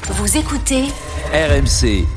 Vous écoutez RMC.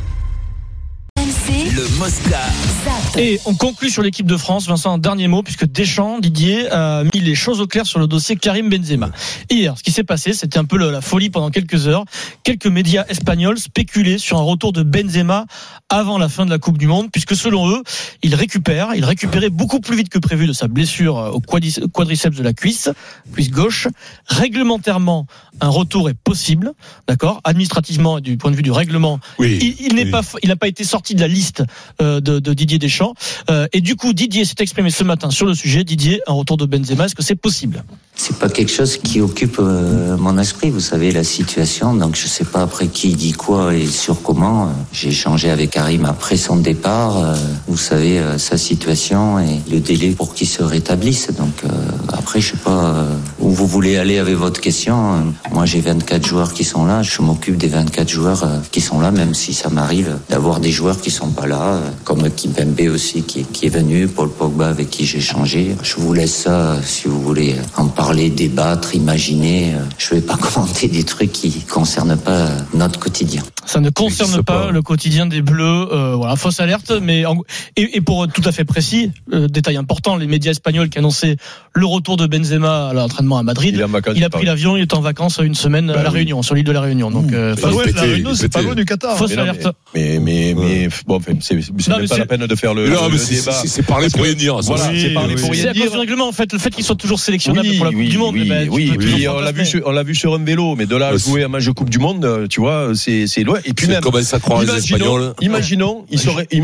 Le Mosca. Et on conclut sur l'équipe de France. Vincent, un dernier mot, puisque Deschamps, Didier, a mis les choses au clair sur le dossier Karim Benzema. Hier, ce qui s'est passé, c'était un peu la folie pendant quelques heures. Quelques médias espagnols spéculaient sur un retour de Benzema avant la fin de la Coupe du Monde, puisque selon eux, il récupérait beaucoup plus vite que prévu de sa blessure au quadriceps de la cuisse gauche. Réglementairement, un retour est possible, d'accord. Administrativement, du point de vue du règlement, il n'a pas été sorti de la liste de Didier Deschamps. Et du coup, Didier s'est exprimé ce matin sur le sujet. Didier, un retour de Benzema, est-ce que c'est possible ? C'est pas quelque chose qui occupe mon esprit, vous savez, la situation. Donc je sais pas après qui dit quoi et sur comment. J'ai échangé avec Karim après son départ. Vous savez, sa situation et le délai pour qu'il se rétablisse. Donc après, je sais pas où vous voulez aller avec votre question. Moi, j'ai 24 joueurs qui sont là. Je m'occupe des 24 joueurs qui sont là, même si ça m'arrive d'avoir des joueurs qui sont pas là, comme Kimpembe aussi qui est venu, Paul Pogba avec qui j'ai échangé. Je vous laisse ça si vous voulez en parler, débattre, imaginer. Je vais pas commenter des trucs qui concernent pas notre quotidien. Ça ne concerne pas le quotidien des Bleus. Voilà, fausse alerte. Mais et pour être tout à fait précis, détail important, les médias espagnols qui annonçaient le retour de Benzema à l'entraînement à Madrid. Il a pris l'avion, il est en vacances une semaine à La Réunion, sur l'île de La Réunion. Donc, la Réunion, c'est pas loin du Qatar. Fausse alerte. Mais bon, c'est même pas la peine de faire le débat. C'est parler pour rien dire. Voilà, c'est parler pour rien dire. C'est à cause du règlement, en fait, le fait qu'ils soient toujours sélectionnables pour la Coupe du Monde. Oui, on l'a vu sur un vélo, mais de là à jouer un match de Coupe du Monde, tu vois, c'est loin. Et puis même, imaginons, il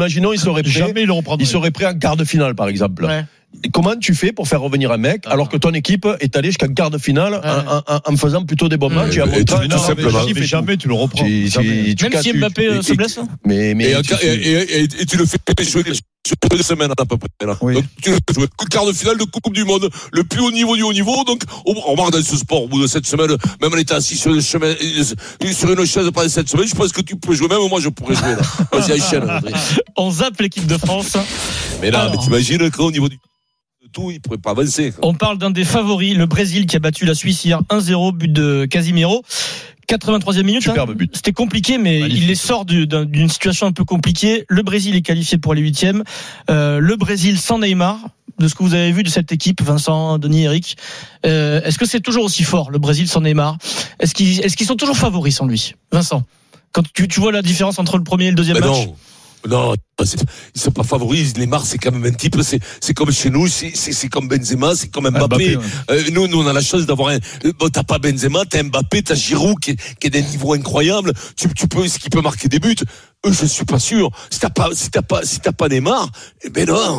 serait prêt en quart de finale, par exemple. Ouais. Comment tu fais pour faire revenir un mec alors que ton équipe est allée jusqu'à quart de finale en faisant plutôt des bons matchs jamais tu le reprends. Même si Mbappé se blesse. Et tu le fais jouer sur 2 semaines à peu près là. Oui. Donc tu le fais jouer quart de finale de Coupe du Monde, le plus haut niveau du haut niveau. Donc on remarque dans ce sport au bout de 7 semaines, même en étant assis sur une chaise pendant 7 semaines, je pense que tu peux jouer. Même moi je pourrais jouer là. Vas-y, enchaîne. On zappe l'équipe de France. Mais t'imagines qu'au niveau du tout, il pourrait pas avancer. On parle d'un des favoris, le Brésil, qui a battu la Suisse hier 1-0, but de Casimiro. 83e minute. Superbe but. C'était compliqué, mais il les sort d'une situation un peu compliquée. Le Brésil est qualifié pour les 8e. Le Brésil sans Neymar. De ce que vous avez vu de cette équipe, Vincent, Denis, Eric, est-ce que c'est toujours aussi fort, le Brésil sans Neymar ? Est-ce qu'ils sont toujours favoris sans lui, Vincent ? Quand tu vois la différence entre le premier et le deuxième match ? Non, ils sont pas favoris. Neymar, c'est quand même un type. C'est comme chez nous. C'est comme Benzema, c'est comme Mbappé. Nous, on a la chance d'avoir t'as pas Benzema, t'as Mbappé, t'as Giroud qui est d'un niveau incroyable. Ce qui peut marquer des buts. Eux, je suis pas sûr. Si t'as pas Neymar, non.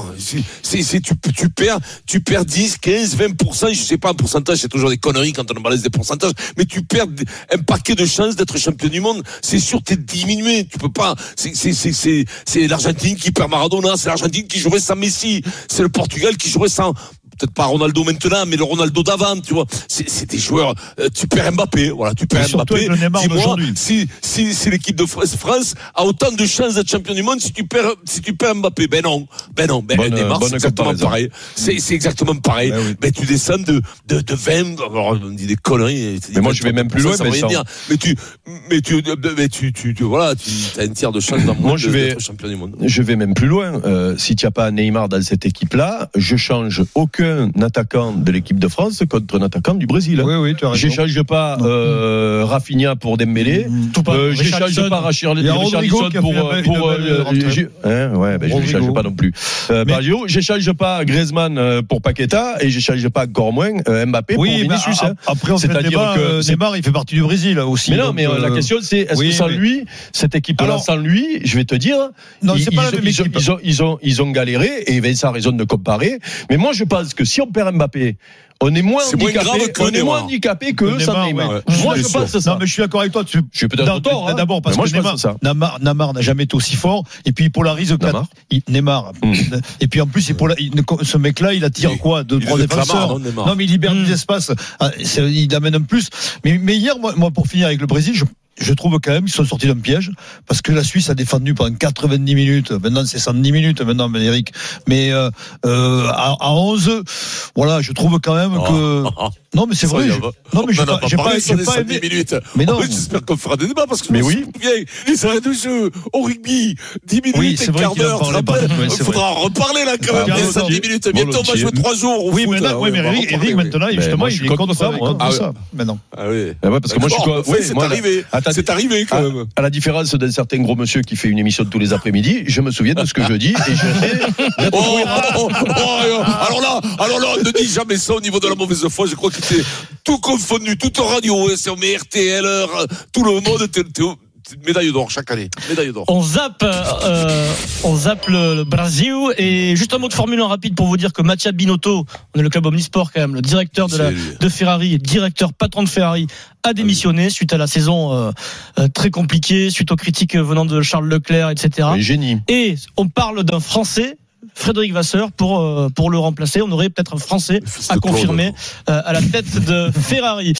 Tu perds 10, 15, 20%. Je sais pas, un pourcentage, c'est toujours des conneries quand on balance des pourcentages. Mais tu perds un paquet de chances d'être champion du monde. C'est sûr, t'es diminué. Tu peux pas. C'est l'Argentine qui perd Maradona. C'est l'Argentine qui jouerait sans Messi. C'est le Portugal qui jouerait sans, peut-être pas Ronaldo maintenant, mais le Ronaldo d'avant, tu vois. C'est des joueurs, tu perds Mbappé, voilà, tu perds Mbappé. Dis-moi, si l'équipe de France a autant de chances d'être champion du monde si tu perds Mbappé. Ben non. Neymar, c'est exactement pareil. C'est exactement pareil. Ben, tu descends de 20, alors, on dit des conneries. Mais moi, je vais même plus loin, mais tu as un tiers de chance dans le monde d'être champion du monde. Je vais même plus loin. Si tu n'as pas Neymar dans cette équipe-là, je change aucun attaquant de l'équipe de France contre un attaquant du Brésil. Oui, tu as raison. J'échange pas Rafinha pour Dembélé. J'échange pas Richarlison pour je n'échange pas non plus. J'échange pas Griezmann pour Paqueta et j'échange pas encore moins Mbappé pour Vinicius. Après, on fait le débat, Neymar, il fait partie du Brésil aussi. Mais non, mais la question c'est, est-ce que sans lui, cette équipe-là, sans lui, je vais te dire, ils ont galéré et Vincent a raison de comparer. Mais moi, je pense que si on perd Mbappé, on est moins handicapé que sans Neymar. Moi, je pense ça. Non, mais je suis d'accord avec toi. Je suis peut-être tort. D'abord, parce que Neymar n'a jamais été aussi fort. Et puis, il polarise Neymar. Et puis, en plus, ce mec-là, il attire quoi? 2-3 défenseurs. Non, mais il libère des espaces. Il amène un plus. Mais hier, moi, pour finir avec le Brésil, je trouve quand même qu'ils sont sortis d'un piège parce que la Suisse a défendu pendant 90 minutes. Maintenant, c'est 110 minutes maintenant, Eric. Mais à 11, voilà, je trouve quand même que Non, mais c'est vrai. Non, mais j'ai pas aimé. Minutes. Mais non. J'espère qu'on fera des débats parce que mais je me souviens, les arrêts de jeu au rugby, 10 minutes et quart d'heure. Il faudra en reparler là quand même. 10 minutes. Bientôt, on va jouer 3 jours. Oui, mais Eric, maintenant, justement, il est contre ça. Maintenant. Ah oui. Parce que moi, c'est arrivé quand même. À la différence d'un certain gros monsieur qui fait une émission tous les après-midi, je me souviens de ce que je dis et alors là, on ne dit jamais ça au niveau de la mauvaise foi. Je crois que c'était tout confondu, toute radio, on met RTL, tout le monde, médaille d'or chaque année. Médaille d'or. On zappe le Brésil et juste un mot de Formule 1 rapide pour vous dire que Mattia Binotto, on est le club Omnisport quand même, le directeur de Ferrari et directeur patron de Ferrari, a démissionné suite à la saison très compliquée, suite aux critiques venant de Charles Leclerc, etc. Génie. Et on parle d'un Français, Frédéric Vasseur, pour le remplacer. On aurait peut-être un Français à confirmer à la tête de Ferrari.